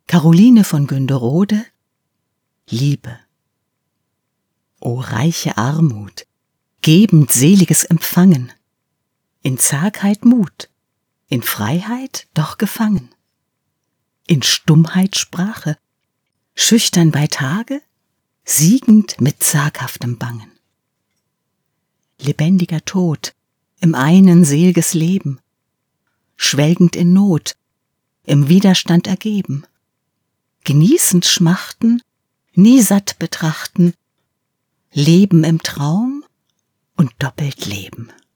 Caroline von Günderode, Liebe. O reiche Armut, gebend seliges Empfangen, in Zagheit Mut, in Freiheit doch gefangen, in Stummheit Sprache, schüchtern bei Tage, siegend mit zaghaftem Bangen. Lebendiger Tod, im einen sel'ges Leben, schwelgend in Not, im Widerstand ergeben, genießend schmachten, nie satt betrachten, Leben im Traum und doppelt leben.